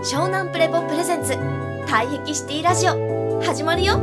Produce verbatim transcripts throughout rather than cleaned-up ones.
湘南プレポプレゼンツ退癖シティラジオ始まるよ。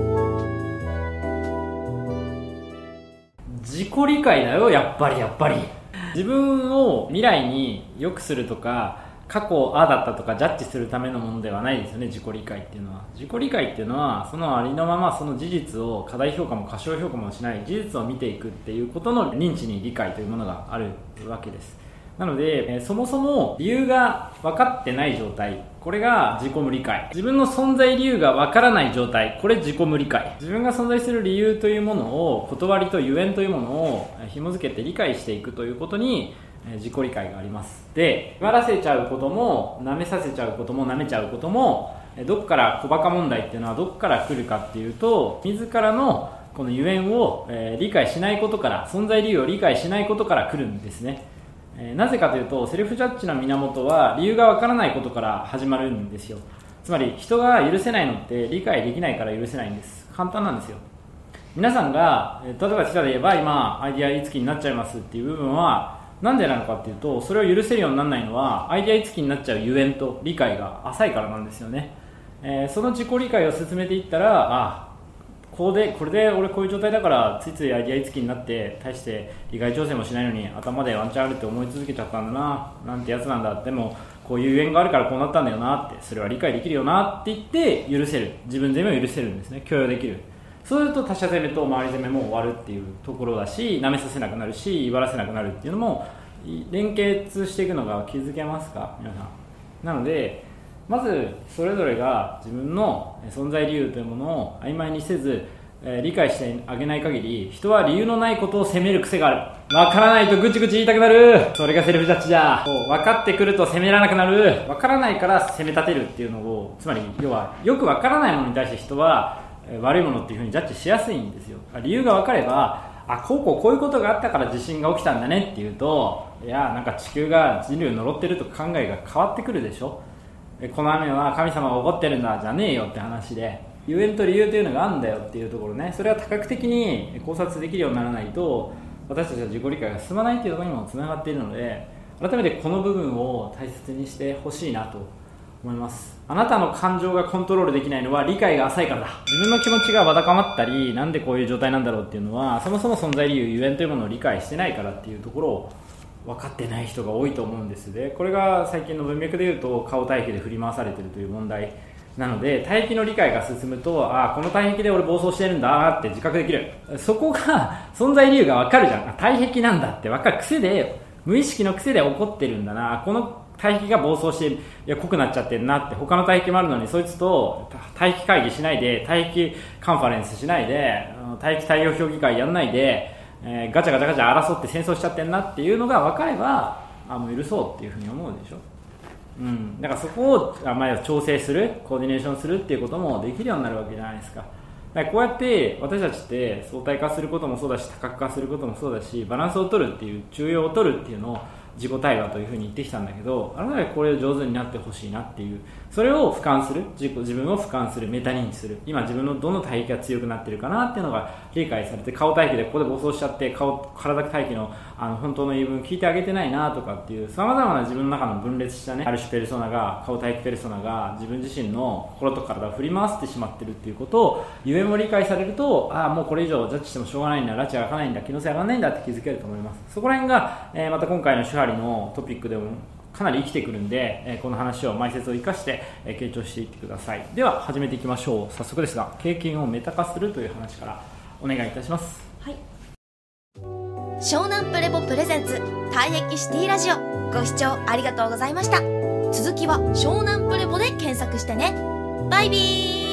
自己理解だよ、やっぱりやっぱり自分を未来に良くするとか過去ああだったとかジャッジするためのものではないですよね。自己理解っていうのは自己理解っていうのはそのありのままその事実を過大評価も過小評価もしない事実を見ていくっていうことの認知に理解というものがあるわけです。なので、えー、そもそも理由が分かってない状態、これが自己無理解。自分の存在理由が分からない状態、これ自己無理解。自分が存在する理由というものを、断りとゆえんというものを紐付けて理解していくということに自己理解があります。で、縛らせちゃうことも舐めさせちゃうことも舐めちゃうことも、どこから小バカ問題っていうのはどこから来るかっていうと、自らのこのゆえんを理解しないことから、存在理由を理解しないことから来るんですね。なぜかというと、セルフジャッジの源は理由がわからないことから始まるんですよ。つまり人が許せないのって理解できないから許せないんです。簡単なんですよ。皆さんが例えば自他で言えば今アイディアいつきになっちゃいますっていう部分はなんでなのかっていうと、それを許せるようにならないのはアイディアいつきになっちゃうゆえんと理解が浅いからなんですよね。えー、その自己理解を進めていったら、あこうでこれで俺こういう状態だからついついアイディアいつきになって大して理解調整もしないのに頭でワンチャンあるって思い続けちゃったんだな、なんてやつなんだ、でもこういうゆえんがあるからこうなったんだよなって、それは理解できるよなって言って許せる、自分責めを許せるんですね。許容できる。そうすると他者責めと周り責めも終わるっていうところだし、舐めさせなくなるし、威張らせなくなるっていうのも連結していくのが気づけますか皆さん。なのでまずそれぞれが自分の存在理由というものを曖昧にせず、えー、理解してあげない限り、人は理由のないことを責める癖がある。分からないとぐちぐち言いたくなる。それがセルフジャッジだ。分かってくると責められなくなる。分からないから責め立てるっていうのを、つまり要はよく分からないものに対して人は悪いものっていうふうにジャッジしやすいんですよ。理由が分かれば、あ、こうこうこういうことがあったから地震が起きたんだねっていうと、いやなんか地球が人類を呪ってると考えが変わってくるでしょ。この雨は神様が怒ってるんだじゃねえよって話で、ゆえんと理由というのがあるんだよっていうところね、それは多角的に考察できるようにならないと私たちは自己理解が進まないというところにもつながっているので、改めてこの部分を大切にしてほしいなと思います。あなたの感情がコントロールできないのは理解が浅いからだ。自分の気持ちがわだかまったり、なんでこういう状態なんだろうっていうのは、そもそも存在理由、ゆえんというものを理解してないからっていうところを分かってない人が多いと思うんです。で、これが最近の文脈でいうと顔体系で振り回されているという問題なので、体壁の理解が進むと、ああこの体壁で俺暴走してるんだって自覚できる。そこが存在理由が分かるじゃん。体壁なんだって分かる。癖で、無意識の癖で起こってるんだな、この体壁が暴走して、いや濃くなっちゃってるなって、他の体壁もあるのにそいつと体壁会議しないで、体壁カンファレンスしないで、体壁対応評議会やんないで、えー、ガチャガチャガチャ争って戦争しちゃってるなっていうのが分かれば、あもう許そうっていうふうに思うでしょ。うん、だからそこをあ、まあ、調整する、コーディネーションするっていうこともできるようになるわけじゃないですか。だからこうやって私たちって相対化することもそうだし、多角化することもそうだし、バランスを取るっていう、中庸を取るっていうのを自己対話というふうに言ってきたんだけど、改めてこれを上手になってほしいなっていう、それを俯瞰する、自己自分を俯瞰する、メタ認知する、今自分のどの体型が強くなってるかなっていうのが理解されて、顔体型でここで暴走しちゃって、顔体体型のあの本当の言い分聞いてあげてないなとかっていう、さまざまな自分の中の分裂したね、ある種ペルソナが、顔体型ペルソナが自分自身の心と体を振り回してしまってるっていうことをゆえんも理解されると、ああもうこれ以上ジャッジしてもしょうがないんだ、拉致が開かないんだ、機能性上がらないんだって気づけると思います。そこら辺が、えー、また今回の手張りのトピックでもかなり生きてくるんで、えー、この話を前説を生かして、えー、傾聴していってください。では始めていきましょう。早速ですが、経験をメタ化するという話からお願いいたします。 はい、湘南プレポプレゼンツ退癖シティラジオ、ご視聴ありがとうございました。続きは湘南プレポで検索してね。バイビー。